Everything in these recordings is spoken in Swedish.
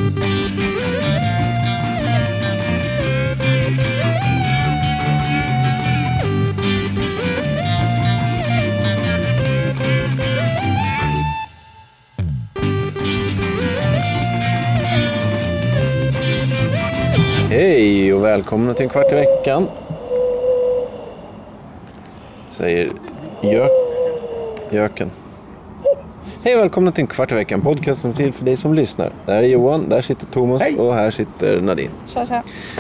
Hej och välkomna till en kvart i veckan. Säger Jöken. Hej och välkomna till en kvart i veckan. Podcast som är till för dig som lyssnar. Där är Johan, där sitter Thomas. Hej. Och här sitter Nadine. Tja.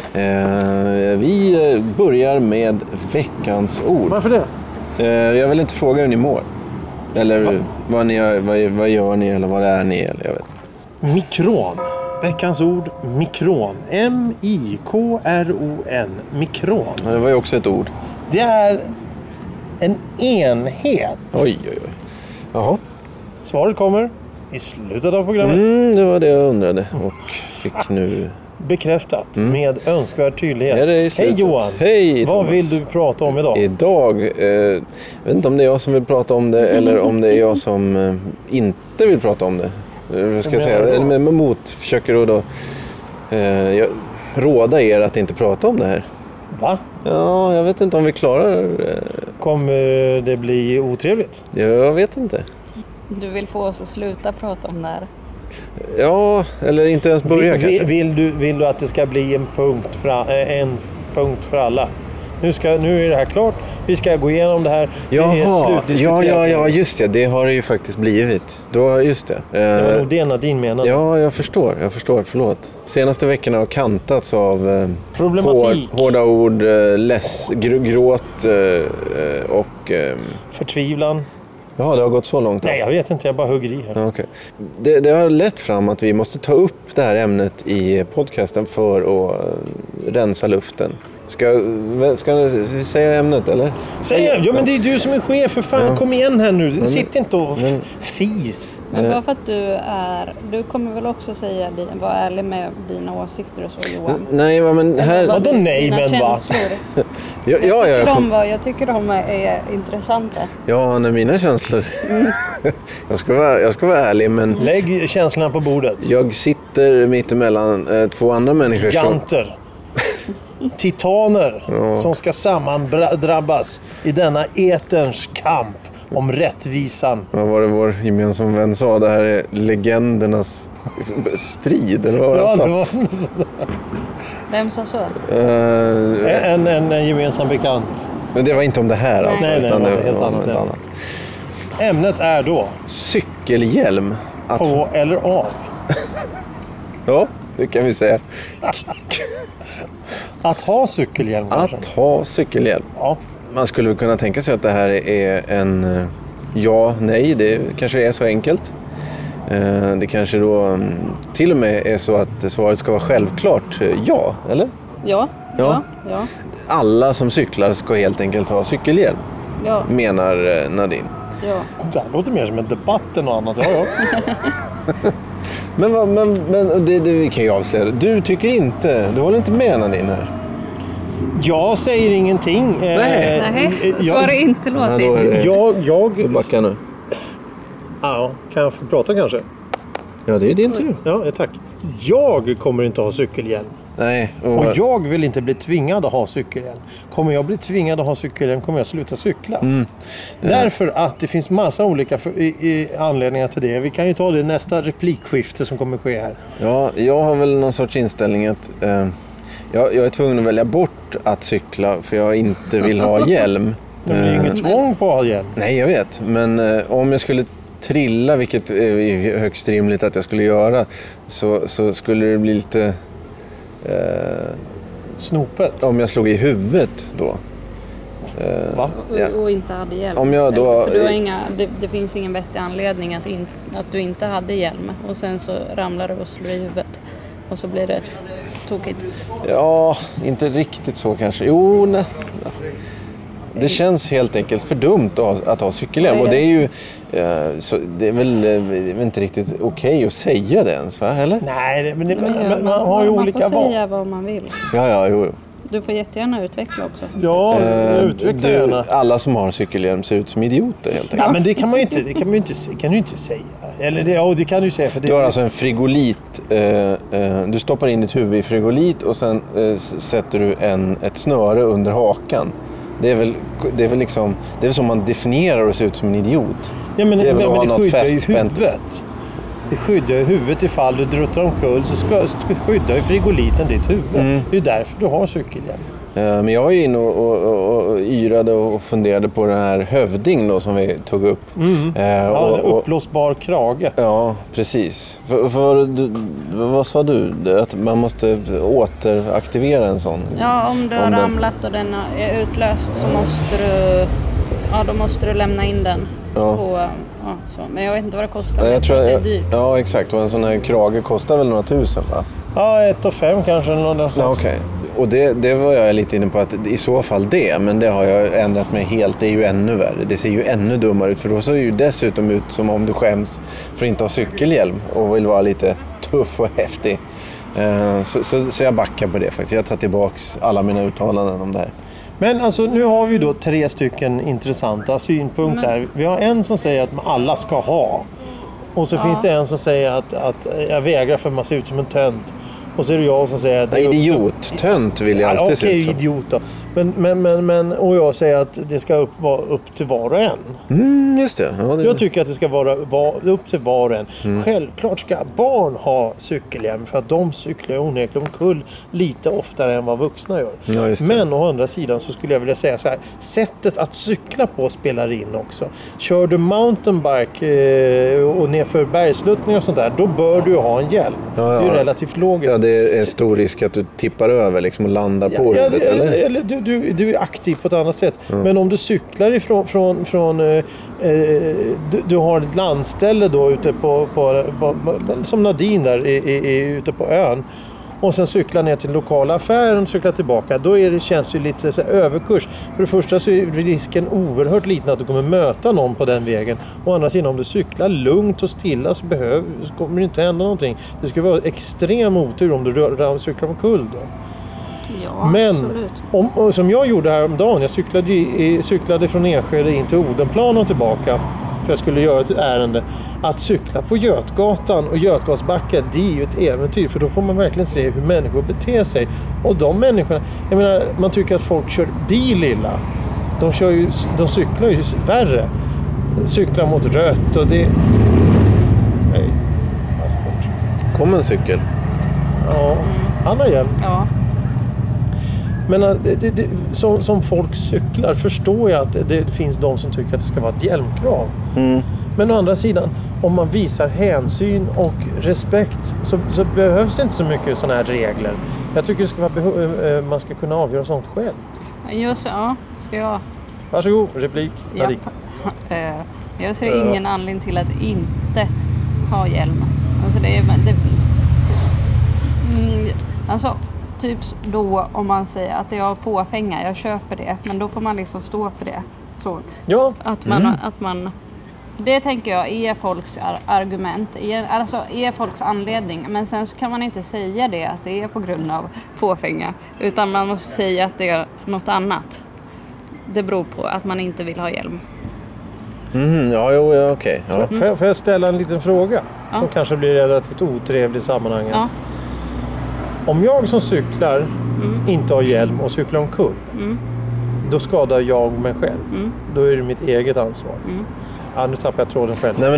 Vi börjar med veckans ord. Varför det? Jag vill inte fråga hur ni mår. Eller vad gör ni eller vad är ni eller jag vet inte. Mikron. Veckans ord, mikron. M-I-K-R-O-N. Mikron. Ja, det var ju också ett ord. Det är en enhet. Oj. Jaha. Svaret kommer i slutet av programmet. Det var det jag undrade och fick nu bekräftat med önskvärd tydlighet. Hej Johan. Hej Vad vill du prata om idag? Idag, jag vet inte om det är jag som vill prata om det eller om det är jag som inte vill prata om det. Jag ska säga, eller med försöker då råda er att inte prata om det här. Va? Ja, jag vet inte om vi klarar. Kommer det bli otrevligt? Jag vet inte. Du vill få oss att sluta prata om det här? Ja, eller inte ens börja kanske. Vill du att det ska bli en punkt för alla? Nu är det här klart. Vi ska gå igenom det här. Ja, just det. Det har det ju faktiskt blivit. Just det. Det var nog det Nadine menade. Ja, jag förstår. Förlåt. Senaste veckorna har kantats av problematik. Hårda ord, gråt och förtvivlan. Ja, det har gått så långt. Nej, jag vet inte. Jag bara hugger i här. Okay. Det har lett fram att vi måste ta upp det här ämnet i podcasten för att rensa luften. Ska vi säga ämnet, eller? Ja, men det är du som är chef, för fan. Ja. Kom igen här nu. Sitt inte och fis. Men bara för att du kommer väl också säga, var ärlig med dina åsikter och så, Johan? Nej, men här... Vadå nej, men va? Jag tycker de är intressanta. Ja, mina känslor. Jag ska vara ärlig, men... Lägg känslorna på bordet. Jag sitter mitt emellan två andra människor. Giganter. Titaner som ska sammandrabbas i denna eterns kamp om rättvisan. Vad var det vår gemensam vän sa? Det här är legendernas strid, eller vad var det han sa? Vem sa så? En gemensam bekant. Men det var inte om det här alltså. Nej, utan det var helt annat. Ämnet är då cykelhjälm. På eller av? Ja, det kan vi säga. Att ha cykelhjälm kanske? Att ha cykelhjälm. Ja. Man skulle kunna tänka sig att det här är en nej, det kanske är så enkelt. Det kanske då till och med är så att svaret ska vara självklart ja, eller? Ja. Alla som cyklar ska helt enkelt ha cykelhjälm, menar Nadine. Ja. Det här låter mer som en debatt än något annat. Ja. Men det kan jag avslöja. Du håller inte med Nadine här? Jag säger ingenting. Nej, svarar inte låtit. Jag backar nu. Ja, kan jag få prata kanske? Ja, det är din tur. Ja, tack. Jag kommer inte ha cykelhjälm. Nej. Och jag vill inte bli tvingad att ha cykelhjälm. Kommer jag bli tvingad att ha cykelhjälm kommer jag sluta cykla. Därför att det finns massa olika anledningar till det. Vi kan ju ta det nästa replikskifte som kommer ske här. Ja, jag har väl någon sorts inställning att jag är tvungen att välja bort att cykla för jag inte vill ha hjälm. Men det är ju inget tvång på att ha hjälm. Nej, jag vet. Men om jag skulle trilla, vilket är högst rimligt att jag skulle göra, så skulle det bli lite... snopet. Om jag slog i huvudet då. Va? Och inte hade hjälm. Om jag då... det finns ingen vettig anledning att du inte hade hjälm. Och sen så ramlar du och slår i huvudet. Och så blir det tokigt. Ja, inte riktigt så kanske. Jo, nej. Det känns helt enkelt för dumt att ha cykelhjälm. Och det är ju så det är väl inte riktigt okej att säga det ens, va? Eller? Nej, men man har ju olika val. Man får säga vad man vill. Ja, jo. Du får jättegärna utveckla också. Ja, utveckla gärna. Alla som har cykelhjälm ser ut som idioter helt enkelt. Ja, men det kan man ju inte säga. Eller det kan du säga. För det Du har alltså en frigolit. Du stoppar in ditt huvud i frigolit och sen sätter du ett snöre under hakan. Det är väl liksom, det är som man definierar och ser ut som en idiot. Ja, men det är väl att ha något fästspänt. Det skyddar ju huvudet ifall du druttar omkull, så skyddar ju frigoliten ditt huvud. Det är därför du har cykelhjälm. Men jag var ju inne och yrade och funderade på den här hövding då, som vi tog upp. Uppblåsbar krage. Ja, precis. Vad sa du? Att man måste återaktivera en sån? Ja, om du har ramlat och den är utlöst så måste du lämna in den. Ja. Så. Men jag vet inte vad det kostar. Jag tror att det är dyrt. Ja, exakt. Och en sån här krage kostar väl några tusen, va? Ja, 1,5 kanske. Ja, okej. Och det var jag lite inne på, att i så fall men det har jag ändrat mig helt. Det är ju ännu värre. Det ser ju ännu dummare ut, för då ser det ju dessutom ut som om du skäms för att inte ha cykelhjälm och vill vara lite tuff och häftig. Så jag backar på det faktiskt. Jag tar tillbaks alla mina uttalanden om det här. Men alltså, nu har vi då 3 stycken intressanta synpunkter. Vi har en som säger att alla ska ha. Och så finns det en som säger att jag vägrar för att man ser ut som en tönt. Och så är det jag som säger att... Idiot. Tönt vill jag alltid se ut som. Idiot då. Men, och jag säger att det ska vara upp till var och en. Just det. Ja, Jag tycker att det ska vara upp till var och en. Självklart ska barn ha cykelhjälm, för att de cyklar onekligen omkull lite oftare än vad vuxna gör. Ja, just det. Men å andra sidan så skulle jag vilja säga så här: sättet att cykla på spelar in också. Kör du mountainbike och nerför bergsluttning och sånt där, då bör du ha en hjälm. Ja. Det är ju relativt logiskt. Ja, det är stor risk att du tippar över liksom och landar på huvudet, eller? Du är aktiv på ett annat sätt. Men om du cyklar ifrån du har ett landställe då ute på som Nadine där ute på ön, och sen cyklar ner till lokala affären och cyklar tillbaka, då känns ju lite så överkurs. För det första så är risken oerhört liten att du kommer möta någon på den vägen. Å andra sidan, om du cyklar lugnt och stilla så kommer det inte hända någonting. Det skulle vara extrem otur om du cyklar omkull då. Ja, men som jag gjorde häromdagen, jag cyklade från Enskede in till Odenplan och tillbaka, för jag skulle göra ett ärende. Att cykla på Götgatan och Götgatsbacken, det är ju ett äventyr, för då får man verkligen se hur människor beter sig. Och de människorna, jag menar, man tycker att folk kör bil illa. De cyklar ju värre. Cyklar mot rött och det... Nej, alltså. Kom en cykel. Ja, han har hjälm. Ja. Men som folk cyklar förstår jag att det finns de som tycker att det ska vara ett hjälmkrav. Men å andra sidan, om man visar hänsyn och respekt så behövs inte så mycket sådana här regler. Jag tycker det ska vara man ska kunna avgöra sånt själv. Ska jag? Varsågod, replik. Ja. Jag ser ingen anledning till att inte ha hjälm. Alltså typ då, om man säger att jag har fåfänga, jag köper det, men då får man liksom stå för det. Så ja. Att man det tänker jag är folks argument, är folks anledning, men sen så kan man inte säga det att det är på grund av fåfänga, utan man måste säga att det är något annat. Det beror på att man inte vill ha hjälm. Okej. Ja. Får jag ställa en liten fråga som kanske blir relativt otrevlig i sammanhanget? Ja. Om jag som cyklar inte har hjälm och cyklar omkull, då skadar jag mig själv. Då är det mitt eget ansvar. Ja, nu tappar jag tråden själv. Nej, men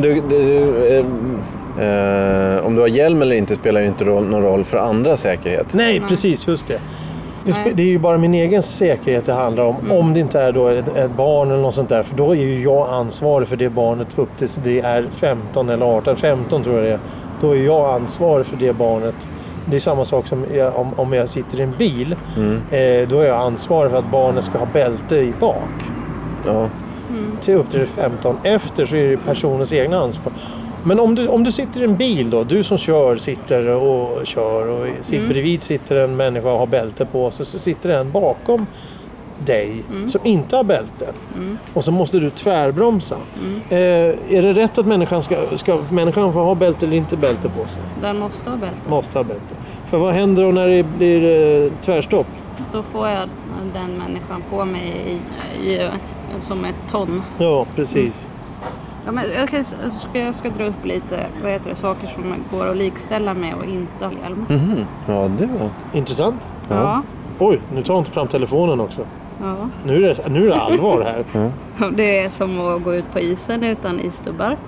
om du har hjälm eller inte spelar ju inte någon roll för andra säkerhet. Nej, precis, just det. Det är ju bara min egen säkerhet det handlar om. Om det inte är då ett barn eller något sånt där. För då är ju jag ansvarig för det barnet upp till det är 15 eller 18. 15 tror jag det är. Då är jag ansvarig för det barnet. Det är samma sak som om jag sitter i en bil. Då är jag ansvarig för att barnet ska ha bälte i bak. Ja. Till upp till 15. Efter så är det personens egna ansvar. Men om du sitter i en bil då, du som sitter och bredvid sitter en människa och har bälte på sig, så sitter en bakom dig som inte har bälte. Och så måste du tvärbromsa. Är det rätt att människan får ha bälte eller inte bälte på sig? Den måste ha bälte. Måste ha bälte. För vad händer då när det blir tvärstopp? Då får jag den människan på mig i som ett ton. Ja, precis. Ja, men jag ska dra upp lite saker som går att likställa med och inte ha hjälm. Mm-hmm. Ja, det var Intressant. Ja. Oj, nu tar jag inte fram telefonen också. Ja. Nu är det allvar här. Det är som att gå ut på isen utan isdubbar.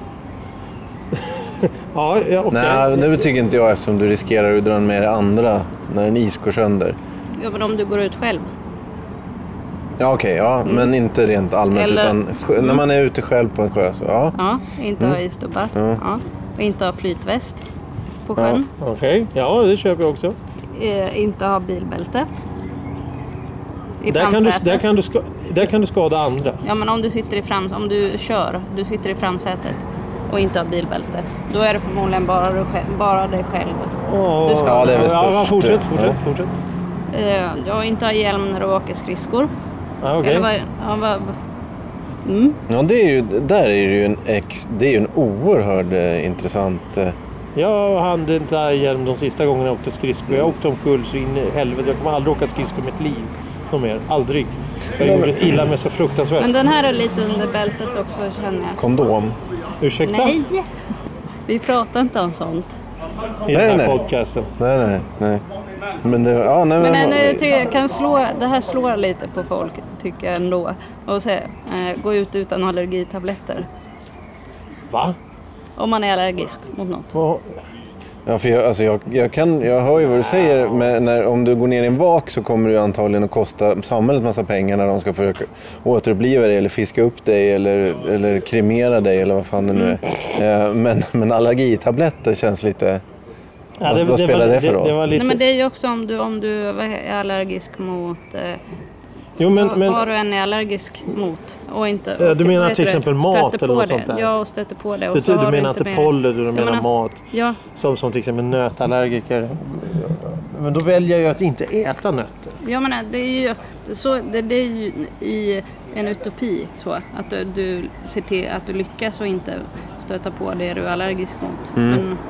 Ja, okej. Nej, det tycker inte jag eftersom du riskerar att dra med det andra när en is går sönder. Ja, men om du går ut själv. Ja, okej, men inte rent allmänt utan när man är ute själv på en sjö så Ja, inte ha isdubbar. Ja. Och inte ha flytväst på sjön. Okej, ja det köper jag också. Inte ha bilbälte. Där kan du skada andra. Ja, men om du sitter du sitter i framsätet och inte har bilbälte, då är det förmodligen bara dig själv. Ja, det är väl störst. Ja, fortsätt. Jag inte ha hjälm när du åker skridskor. Ja, okej. Ja, det är ju det är ju en oerhört intressant. Jag hade inte hjälm de sista gångerna jag åkte skridskor. Jag åkte omkull så in i helvete. Jag kommer aldrig åka skridskor i mitt liv. Någon mer. Aldrig. Jag gjorde illa med så fruktansvärt. Men den här är lite under bältet också, känner jag. Kondom. Ursäkta? Nej! Vi pratar inte om sånt. I den här podcasten. Nej. Men det, det här slår lite på folk, tycker jag ändå. Och säga, gå ut utan allergitabletter. Va? Om man är allergisk mot något. Ja, för jag hör ju vad du säger, men om du går ner i en vak så kommer det antagligen att kosta samhället massa pengar när de ska försöka återuppliva dig eller fiska upp dig eller kremera dig eller vad fan det nu är. Men allergitabletter känns lite... Ja, vad spelar det för roll? Det var lite... Nej, men det är ju också om du är allergisk mot... Jo, men har du en är allergisk mot och inte... du menar till exempel mat eller något sånt där? Ja, och stöter på det. Och du menar inte pollen, du menar mat. Ja. Som till exempel nötallergiker. Men då väljer jag att inte äta nötter. Ja, men det är ju så, det är ju i en utopi så att du ser till att du lyckas och inte stöta på det du är allergisk mot. Men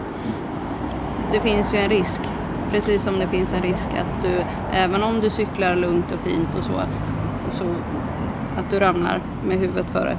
det finns ju en risk. Precis som det finns en risk att du, även om du cyklar lugnt och fint och så att du ramlar med huvudet före.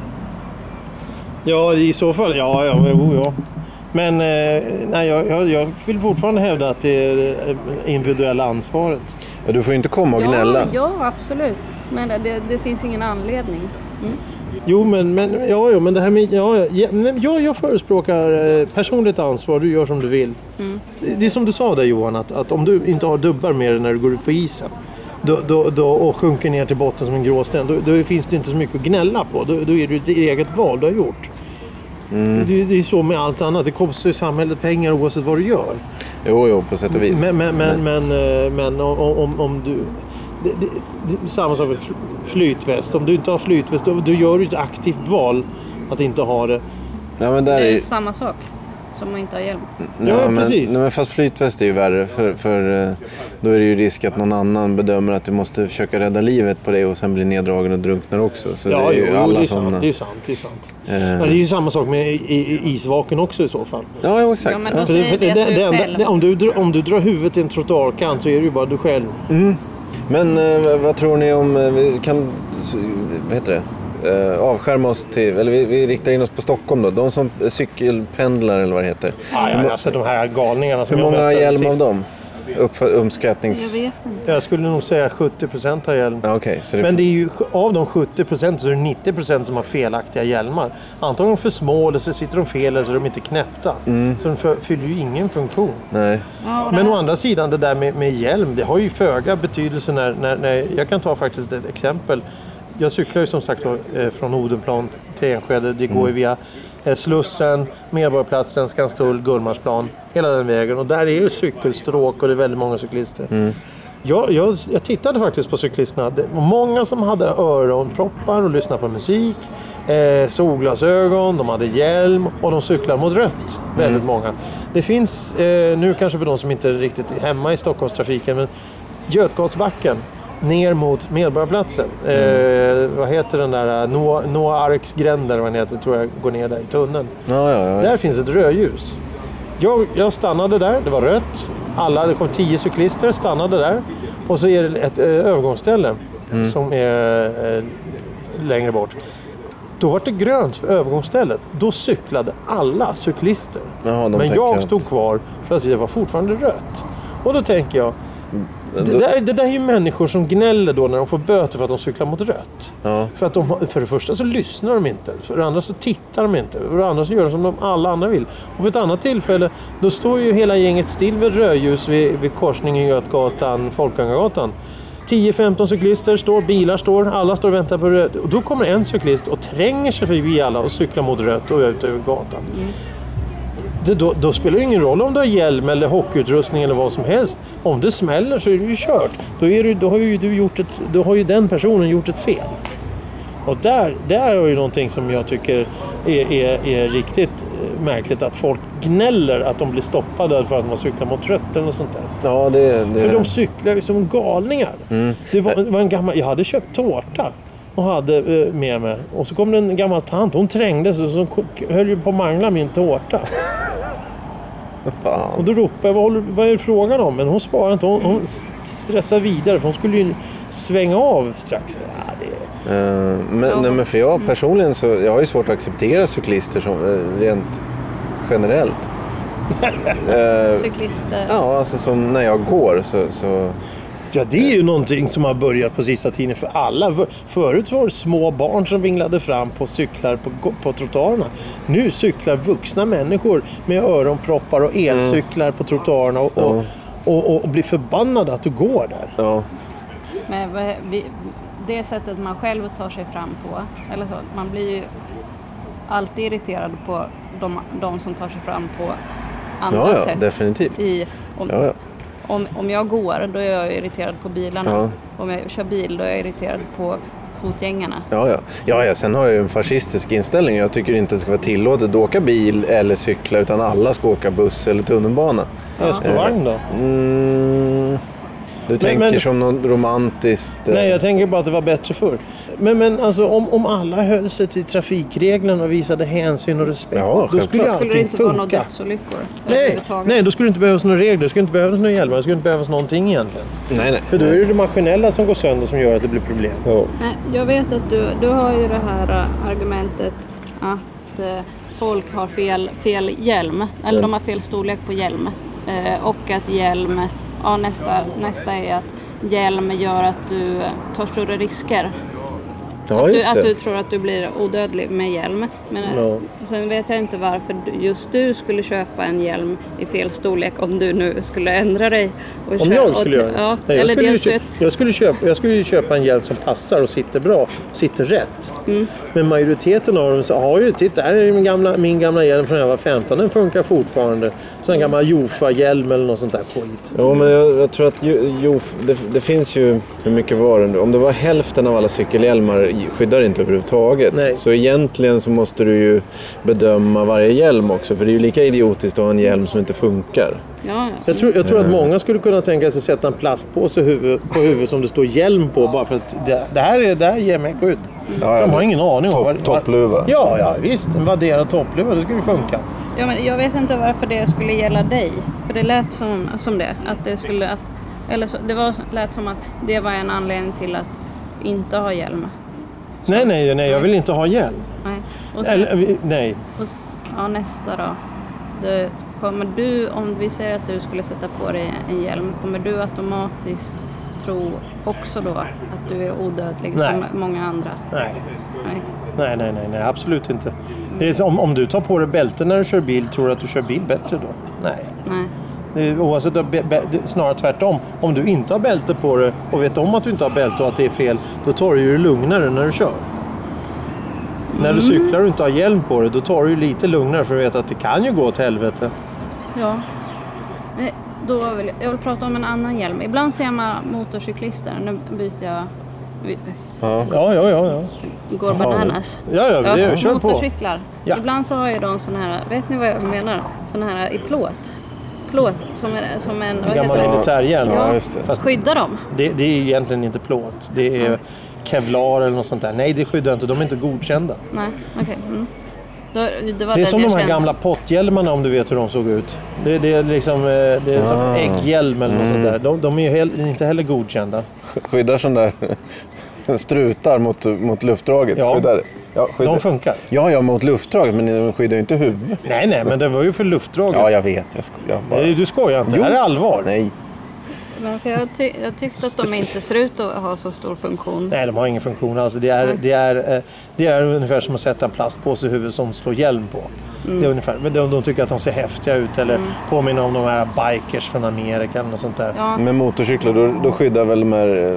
Ja, i så fall, ja. Men nej, jag vill fortfarande hävda att det är individuella ansvaret. Ja, du får ju inte komma och gnälla. Ja, absolut. Men det finns ingen anledning. Jo, men det här med... jag förespråkar personligt ansvar. Du gör som du vill. Det är som du sa där, Johan, att om du inte har dubbar med dig när du går ut på isen då och sjunker ner till botten som en gråsten, då finns det inte så mycket att gnälla på. Då är det ett eget val du har gjort. Det är så med allt annat. Det kostar ju samhället pengar oavsett vad du gör. Jo, på sätt och vis. Men om du... Det samma sak med flytväst. Om du inte har flytväst, då gör du ett aktivt val att inte ha det. Ja, men det är samma sak som att inte ha hjälm. Ja, precis. Men fast flytväst är ju värre för då är det ju risk att någon annan bedömer att du måste försöka rädda livet på dig och sen bli neddragen och drunknar också. Så ja, det är ju alla det är sådana... sant. Men det är ju samma sak med isvaken också i så fall. Ja, exakt. Ja, men då säger det om du drar huvudet i en trottoarkant så är det ju bara du själv. Men vad tror ni om vi kan avskärma oss till, eller vi riktar in oss på Stockholm då, de som cykelpendlar eller vad det heter. Ja, alltså de här galningarna som hur många har hjälm av dem? Jag vet inte. Jag skulle nog säga 70% har hjälm. Ja, okay. Men det är ju av de 70% så är det 90% som har felaktiga hjälmar. Antagligen för små eller så sitter de fel eller så är de inte knäppta. Så de fyller ju ingen funktion. Nej. Men å andra sidan, det där med hjälm, det har ju föga betydelse när jag kan ta faktiskt ett exempel. Jag cyklar ju som sagt från Odenplan till Enskede. Det går ju via Slussen, Medborgarplatsen, Skanstull, Gullmarsplan. Hela den vägen. Och där är ju cykelstråk och det är väldigt många cyklister. Jag tittade faktiskt på cyklisterna. Det var många som hade öronproppar och lyssnade på musik. Solglasögon, de hade hjälm och de cyklar mot rött. Väldigt många. Det finns, nu kanske för de som inte är riktigt hemma i Stockholmstrafiken, men Götgatsbacken ner mot Medborgarplatsen. Vad heter den där? Noah Arks gränder, vad den heter, tror jag går ner där i tunneln. Ja, där finns ett rödljus. Jag stannade där, det var rött. Det kom 10 cyklister, stannade där. Och så är det ett övergångsställe som är längre bort. Då var det grönt för övergångsstället. Då cyklade alla cyklister. Jaha, men jag stod kvar för att det var fortfarande rött. Och då tänker jag, det där är ju människor som gnäller då när de får böter för att de cyklar mot rött. Ja. För det första så lyssnar de inte. För det andra så tittar de inte. För det andra så gör de som alla andra vill. Och vid ett annat tillfälle, då står ju hela gänget still vid rödljus vid korsningen Götgatan, Folkungagatan. 10-15 cyklister står, bilar står, alla står och väntar på rött. Och då kommer en cyklist och tränger sig förbi alla och cyklar mot rött och ut över gatan. Då spelar det ingen roll om du har hjälm eller hockeyutrustning eller vad som helst. Om det smäller så är det ju kört. Då har ju den personen gjort ett fel. Och där är ju någonting som jag tycker är riktigt märkligt, att folk gnäller att de blir stoppade för att man cyklar mot rött eller något sånt där. Ja, För de cyklar ju som galningar. Det var en gammal, jag hade köpt tårta och hade med mig. Och så kom det en gammal tant, hon trängdes och så höll ju på att mangla min tårta. Fan. Och då ropade jag, vad är det frågan om? Men hon svarade inte, hon stressade vidare för hon skulle ju svänga av strax. Men för jag personligen så jag har ju svårt att acceptera cyklister som rent generellt. Cyklister? Ja, alltså som när jag går så... Ja, det är ju någonting som har börjat på sista tiden för alla. Förut var det små barn som vinglade fram på cyklar på trottoarerna. Nu cyklar vuxna människor med öronproppar och elcyklar på trottoarerna och blir förbannade att du går där. Ja. Men det sättet man själv tar sig fram på, eller så, man blir ju alltid irriterad på de som tar sig fram på andra sätt. Definitivt. Om jag går, då är jag irriterad på bilarna. Ja. Om jag kör bil, då är jag irriterad på fotgängarna. Ja, sen har jag ju en fascistisk inställning. Jag tycker inte det ska vara tillåtet att åka bil eller cykla, utan alla ska åka buss eller tunnelbana. Restaurang då? Du tänker som något romantiskt... Nej, jag tänker bara att det var bättre förr. Men alltså om alla höll sig till trafikreglerna och visade hänsyn och respekt, då skulle det inte vara några dödsolyckor. Nej, då skulle det inte behövas några regler, det skulle inte behövas några hjälmar, det skulle inte behövas någonting egentligen. Nej. För då är det maskinella som går sönder som gör att det blir problem. Ja. Nej, jag vet att du har ju det här argumentet att folk har fel hjälm, eller de har fel storlek på hjälm. Och att hjälm, nästa är att hjälm gör att du tar större risker. Ja, att du tror att du blir odödlig med hjälm. Men sen vet jag inte varför just du skulle köpa en hjälm i fel storlek om du nu skulle ändra dig. Om jag skulle göra det? Ja, nej, jag skulle ju köpa en hjälm som passar och sitter bra, sitter rätt. Men majoriteten av dem så har ju, titta, här är min gamla hjälm från när jag var 15, den funkar fortfarande. Så en gammal Jofa-hjälm eller något sånt där skit. Ja, men jag tror att det finns ju, hur mycket var det? Om det var hälften av alla cykelhjälmar skyddar inte överhuvudtaget. Nej. Så egentligen så måste du ju bedöma varje hjälm också, för det är ju lika idiotiskt att ha en hjälm som inte funkar. Ja. Jag tror att många skulle kunna tänka sig sätta en plastpåse på huvudet som det står hjälm på, bara för att det här ger mig skydd. De har ingen aning om toppluva. Ja, visst. En vadderad toppluva, det skulle funka. Ja, men jag vet inte varför det skulle gälla dig. För det lät som det. Att det skulle... lät som att det var en anledning till att inte ha hjälm. Nej, jag vill inte ha hjälm. Nej. Och sen, nej. Och nästa då. Kommer du, om vi säger att du skulle sätta på dig en hjälm, kommer du automatiskt tro också då att du är odödlig som många andra? Nej, absolut inte. Det är om du tar på dig bälte när du kör bil, tror du att du kör bil bättre då? Nej. Oavsett, snarare tvärtom. Om du inte har bälte på dig och vet om att du inte har bälte och att det är fel, då tar du ju lugnare när du kör. När du cyklar och inte har hjälm på dig, då tar du ju lite lugnare för att veta att det kan ju gå åt helvete. Ja. Jag vill prata om en annan hjälm. Ibland ser man motorcyklister. Nu byter jag... Ja. Går bananas. Ja, kör på. Motorcyklar. Ja. Ibland så har ju de sån här... Vet ni vad jag menar? Sån här i plåt. Som en gammal militärhjälm. Ja, just det. Fast skyddar dem? Det är egentligen inte plåt. Det är kevlar eller något sånt där. Nej, det skyddar inte. De är inte godkända. Nej, okej. Det är som de här gamla potthjälmarna, om du vet hur de såg ut. Det är liksom som ägghjälm eller något sånt där. De är ju inte heller godkända. Skyddar sån där strutar mot luftdraget. Ja. Ja, De funkar. Ja, mot luftdrag, men de skyddar ju inte huvudet. Nej, men det var ju för luftdraget. Ja, jag vet. Du skojar inte. Det här är allvar. Nej. Men för jag tyckte att de inte ser ut att ha så stor funktion. Nej, de har ingen funktion alls. Det är ungefär som att sätta en plastpåse i huvudet som slår hjälm på. Det är ungefär. Men de tycker att de ser häftiga ut eller påminner om de här bikers från Amerika eller något sånt där. Ja. Med motorcyklar, då skyddar väl de här...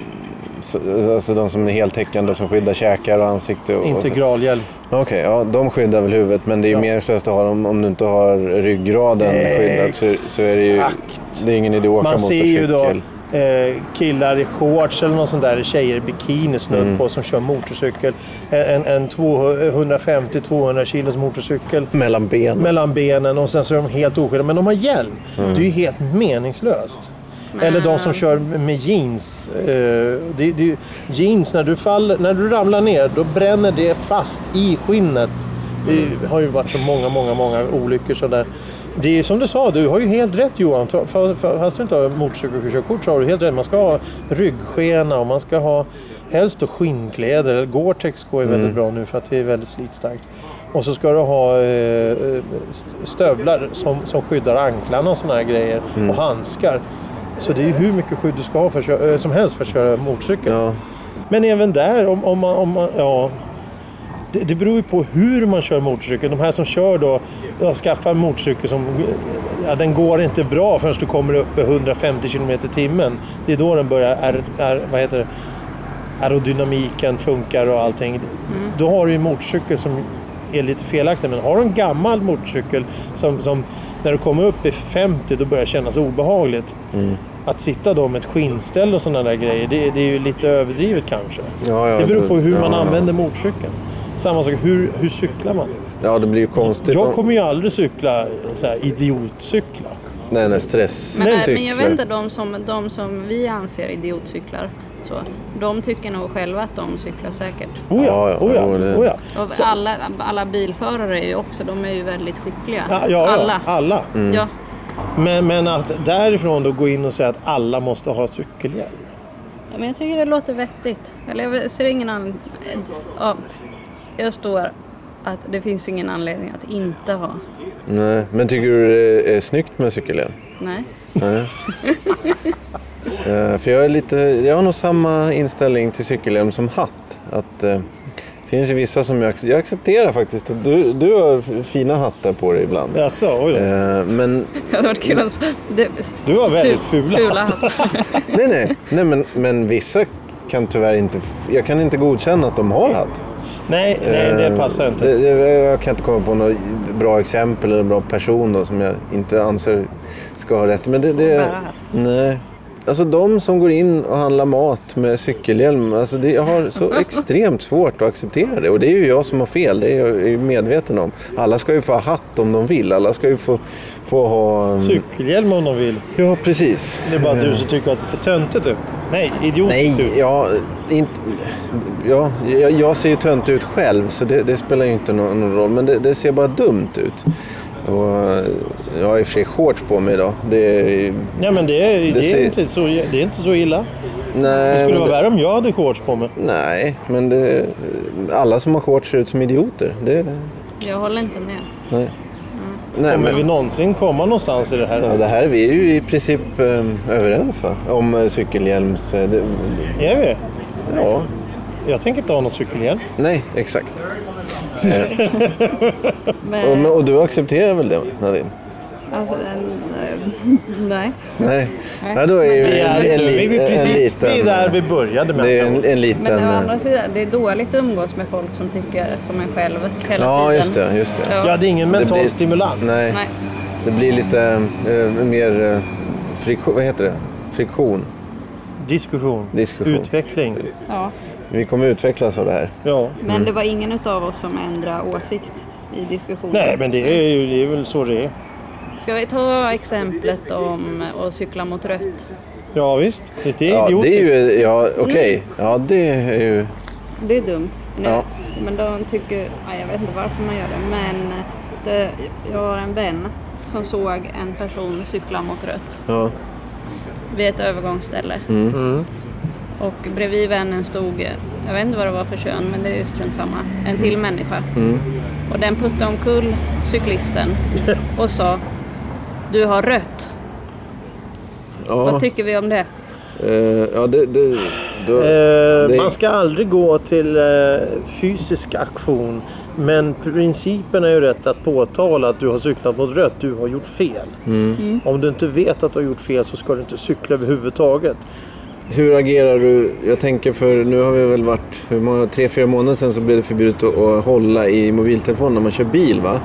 Alltså de som är heltäckande som skyddar käkar och ansikte. Integralhjälm. Okej, ja, de skyddar väl huvudet, men det är ju meningslöst att ha dem om du inte har ryggraden skyddad, så är det ju det är ingen idé att åka motorcykel. Man ser ju då killar i shorts eller något sånt där, tjejer i bikini snudd på som kör motorcykel. En 150-200 kilos motorcykel. Mellan benen och sen så är de helt oskyddade, men de har hjälm. Det är ju helt meningslöst. Eller de som kör med jeans. Jeans, när du ramlar ner, då bränner det fast i skinnet. Det har ju varit så många olyckor så där. Det är som du sa, du har ju helt rätt Johan. Fast du inte har motorcykelkörkort så har du helt rätt. Man ska ha ryggskena och man ska ha helst och skinnkläder. Eller Gore-Tex går ju väldigt bra nu för att det är väldigt slitstarkt. Och så ska du ha stövlar som skyddar anklarna och såna här grejer. Och handskar. Så det är ju hur mycket skydd du ska ha som helst för att köra motorcykel. Ja. Men även där, om man det beror ju på hur man kör motorcykel. De här som kör då, skaffar en motorcykel som, den går inte bra förrän du kommer upp i 150 km/h. Det är då den börjar, aerodynamiken funkar och allting. Då har du en motorcykel som är lite felaktig. Men har du en gammal motorcykel som när du kommer upp i 50 då börjar det kännas obehagligt. Att sitta då med ett skinnställ och sådana där grejer, det är ju lite överdrivet kanske. Det beror på hur man använder motorcykeln. Samma sak, hur cyklar man? Ja, det blir ju konstigt. Jag kommer ju aldrig cykla så här idiotcykla. Nej, stress. Men jag vet inte, de som vi anser idiotcyklar, så, de tycker nog själva att de cyklar säkert. Oh ja. Och alla bilförare är ju också, de är ju väldigt skickliga. Alla. Ja. Men att därifrån då gå in och säga att alla måste ha cykelhjälm. Ja, men jag tycker det låter vettigt. Eller jag ser ingen annan. Jag står att det finns ingen anledning att inte ha. Nej, men tycker du det är snyggt med cykelhjälm? Nej. För jag har nog samma inställning till cykelhjälm som hatt. Att det finns ju vissa som jag accepterar faktiskt. Du har fina hattar på dig ibland. Jaså, oj då. Men det hade varit kul du har väldigt fula hattar. Nej, men vissa kan tyvärr inte. Jag kan inte godkänna att de har hatt. Nej, det passar inte. Jag kan inte komma på något bra exempel eller en bra person då, som jag inte anser ska ha rätt. Men det nej. Alltså de som går in och handlar mat med cykelhjälm, alltså jag har så extremt svårt att acceptera det. Och det är ju jag som har fel, det är jag ju medveten om. Alla ska ju få ha hatt om de vill, alla ska ju få ha... Cykelhjälm om de vill. Ja, precis. Det är bara du som tycker att det ser töntigt ut. Nej, idiotiskt ut. Jag ser ju tönt ut själv, så det spelar ju inte någon roll. Men det ser bara dumt ut. Och jag har i och för sig shorts på mig idag. Men det är inte så illa. Nej, det skulle vara värre om jag hade shorts på mig. Nej, men alla som har shorts ser ut som idioter. Jag håller inte med. Nej. Kommer vi någonsin komma någonstans i det här? Ja, det här vi är ju i princip överens om cykelhjälms... Är vi? Ja. Jag tänker inte ha någon cykelhjälm. Nej, exakt. Och du accepterar väl det, Nadine? Alltså, nej. Ja, då är vi där vi började med. Det är en liten... Men å andra sidan, det är dåligt att umgås med folk som tycker som en själv hela tiden. Ja, just det. Ja, det är ingen mental stimulans. Nej. Det blir lite mer friktion. Vad heter det? Friktion. Diskussion. Utveckling. Ja. Vi kommer utvecklas av det här. Ja. Men det var ingen utav oss som ändrade åsikt i diskussionen. Nej, men det är väl så det är. Ska vi ta exemplet om att cykla mot rött? Ja, visst. Det är idiotiskt. Det är ju... Ja, okej. Ja, det är ju... Det är dumt. Ja. Men de tycker... jag vet inte varför man gör det. Men jag har en vän som såg en person cykla mot rött. Ja. Vid ett övergångsställe. Och bredvid vännen stod, jag vet inte vad det var för kön, men det är ju strunt samma, en till människa. Och den puttade omkull cyklisten och sa, du har rött. Ja. Vad tycker vi om det? Man ska aldrig gå till fysisk aktion, men principen är ju rätt att påtala att du har cyklat mot rött, du har gjort fel. Om du inte vet att du har gjort fel så ska du inte cykla överhuvudtaget. Hur agerar du? Jag tänker, för nu har vi väl varit 3-4 månader sedan så blev det förbjudet att hålla i mobiltelefon när man kör bil, va?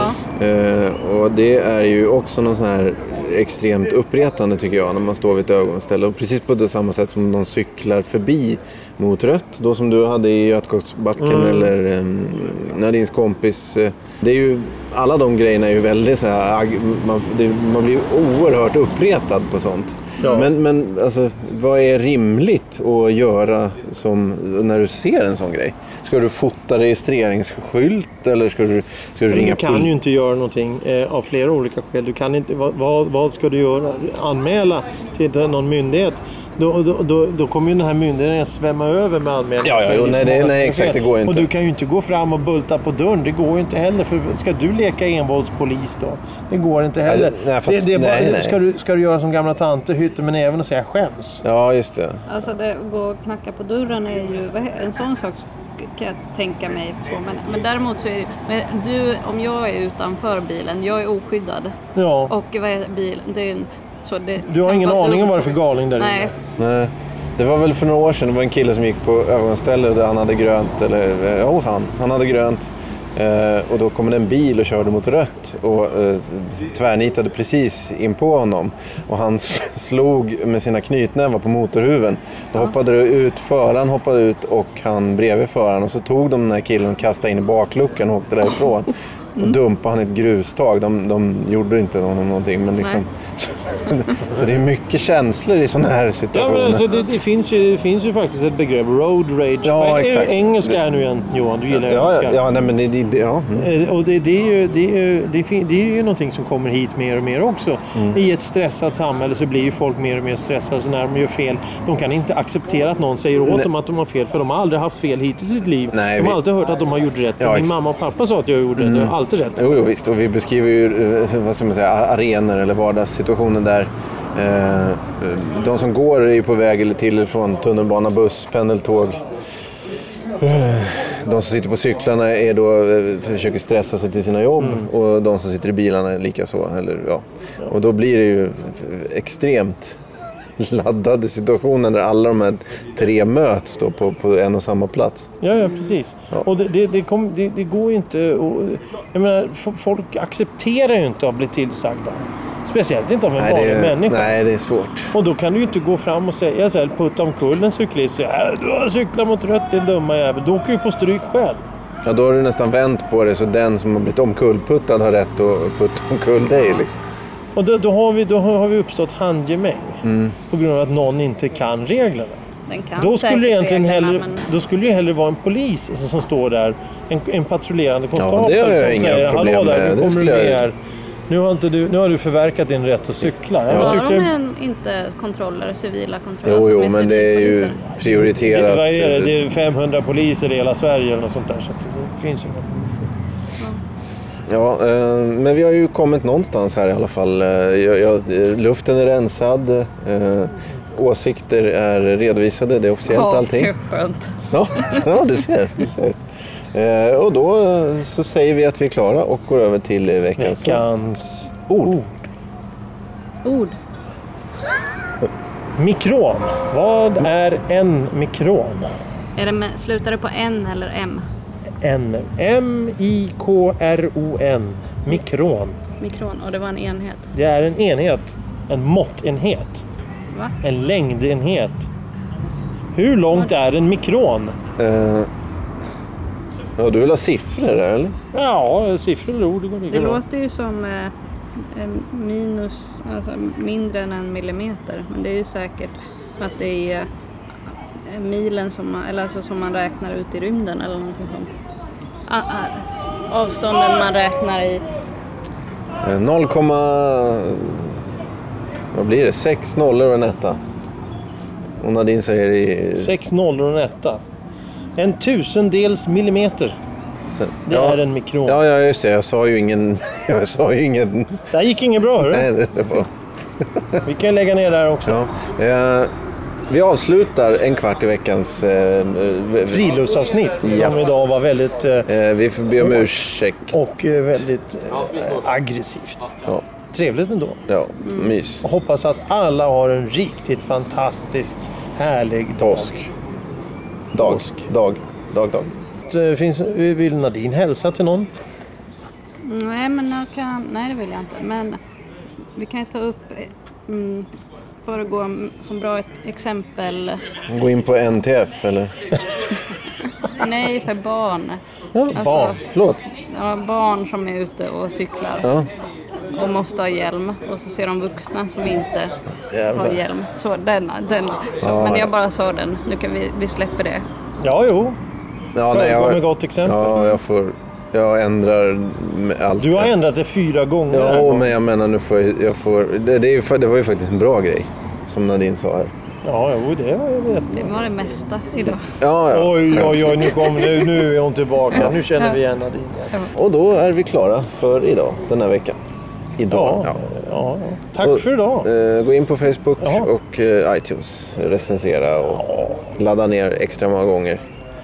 Ja. Och det är ju också någon sån här extremt uppretande, tycker jag, när man står vid ett ögonställe. Och precis på det samma sätt som de cyklar förbi mot rött, då som du hade i Götgatsbacken eller Nadins kompis. Det är ju, alla de grejerna är ju väldigt så här, man blir oerhört uppretad på sånt. Ja. Men alltså, vad är rimligt att göra som när du ser en sån grej? Ska du fota registreringsskylt eller ska du ringa? Du kan ju inte göra någonting av flera olika skäl. Du kan inte, vad ska du göra? Anmäla till någon myndighet. Då kommer ju den här myndigheten svämma över med anmälningar. Nej, exakt, det går ju inte. Och du kan ju inte gå fram och bulta på dörren. Det går ju inte heller. För ska du leka envåldspolis då? Det går inte heller. Ska du göra som gamla tante, hytter med näven och säga skäms? Ja, just det. Alltså det gå och knacka på dörren är ju en sån sak kan jag tänka mig så. Men däremot så är det, om jag är utanför bilen, jag är oskyddad. Ja. Och vad är bilen? Det är du har ingen aning om vad det är för galning där inne? Nej. Det var väl för några år sedan, det var en kille som gick på övergångsställe där han hade grönt, han hade grönt. Och då kom det en bil och körde mot rött och tvärnitade precis in på honom. Och han slog med sina knytnävar på motorhuven. Då hoppade det ut, föraren hoppade ut och han bredvid föraren. Och så tog de den här killen och kastade in i bakluckan och åkte därifrån. Och dumpade han ett grustag. De gjorde inte någonting, men liksom så det är mycket känslor i sådana här situationer. Ja, men alltså det finns ju faktiskt ett begrepp, road rage. Ja, exakt. Engelska är nu igen, Johan, du gillar engelska. Ja, nej, men och det är ju någonting som kommer hit mer och mer också. I ett stressat samhälle så blir ju folk mer och mer stressade, så när de gör fel, de kan inte acceptera att någon säger åt dem att de har fel, för de har aldrig haft fel hittills i sitt liv. De har alltid hört att de har gjort rätt. Min mamma och pappa sa att jag gjorde rätt, jag har alltid rätt. Jo, visst, och vi beskriver ju, vad ska man säga, arenor eller vardagssituationer där de som går är ju på väg eller till från tunnelbana, buss, pendeltåg. De som sitter på cyklarna är då försöker stressa sig till sina jobb och de som sitter i bilarna är lika så. Och då blir det ju extremt laddade situationer där alla de här 3 möts då på en och samma plats. Ja, precis. Ja. Och det går ju inte. Jag menar, folk accepterar ju inte att bli tillsagda. Speciellt inte av en vanlig människa. Nej, det är svårt. Och då kan du ju inte gå fram och säga så här, putta omkull en cyklist. Du har cyklat mot rött, din dumma jävel. Då åker ju på stryk själv. Ja, då har du nästan vänt på det så den som har blivit omkullputtad har rätt att putta omkull dig liksom. Och då har vi uppstått handgemäng på grund av att någon inte kan reglerna. Då skulle det hellre vara en polis som står där, en patrullerande konstapel som säger hallå där, nu kommer du ner. Nu har du förverkat din rätt att cykla. Har de inte kontroller, civila kontroller? Jo, men det är ju prioriterat. Det är 500 poliser i hela Sverige eller något sånt där, så det finns ju några poliser. Ja, men vi har ju kommit någonstans här i alla fall. Luften är rensad, åsikter är redovisade, det är officiellt allting. Ja, det är skönt. Ja, du ser. Och då så säger vi att vi är klara och går över till veckans ord. Mikron. Vad är en mikron? Slutar det på N eller M? M-I-K-R-O-N. Mikron. Mikron, och det var en enhet. Det är en enhet. En måttenhet. Va? En längdenhet. Hur långt är en mikron? Ja, du vill ha siffror eller? Ja, siffror eller ord. Det låter ju som minus, alltså mindre än 1 millimeter. Men det är ju säkert att det är milen som man räknar ut i rymden eller någonting sånt. Avstånden man räknar i 0, vad blir det? 6 nollor och en etta. Och Nadine säger i... 6 nollor och en etta. 1/1000 millimeter. Det är en mikron. Ja, just det. Jag sa ju ingen... Det här gick inget bra, hörru. Nej, det var... Vi kan lägga ner där också. Ja. Vi avslutar en kvart i veckans... Friluftsavsnitt som idag var väldigt... vi får be om ursäkt. Och väldigt aggressivt. Ja. Trevligt ändå. Ja, mys. Och hoppas att alla har en riktigt fantastisk, härlig Dag. Vill Nadine hälsa till någon? Nej, nej, det vill jag inte. Men vi kan ju ta upp, för att gå som bra ett exempel. Gå in på NTF, eller? Nej, för barn. Barn, förlåt. Ja, barn som är ute och cyklar. Ja. Och måste ha hjälm. Och så ser de vuxna som inte Jävlar. har hjälm. Så den. Så, men jag bara sa den. Nu kan vi släpper det. Ja, jo. Ja, Med gott exempel. Ja, jag ändrar allt. Du har ändrat det 4 gånger. Ja, men jag menar nu det var ju faktiskt en bra grej. Som Nadine sa här. Ja, jo, det var jag vet. Det var det mesta idag. Ja. Oj, nu är hon tillbaka. Nu känner vi igen Nadine. Ja. Och då är vi klara för idag, den här veckan. Ja. Tack för idag. Gå in på Facebook och iTunes. Recensera och ladda ner extra många gånger.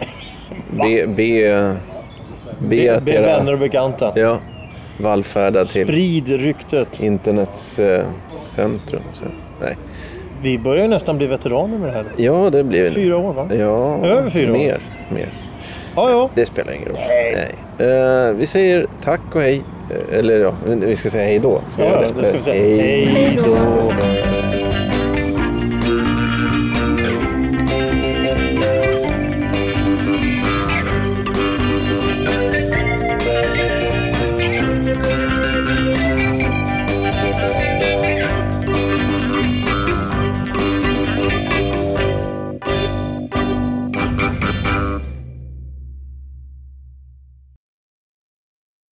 Be vänner och bekanta. Ja, vallfärda till Sprid ryktet. internets centrum. Nej. Vi börjar ju nästan bli veteraner med det här. Ja, det blir 4 år, va? Ja, över 4 år. Mer. Ja. Det spelar ingen roll. Nej. Vi säger tack och hej. Eller vi ska säga hej då. Ja, det ska vi säga. Hej då.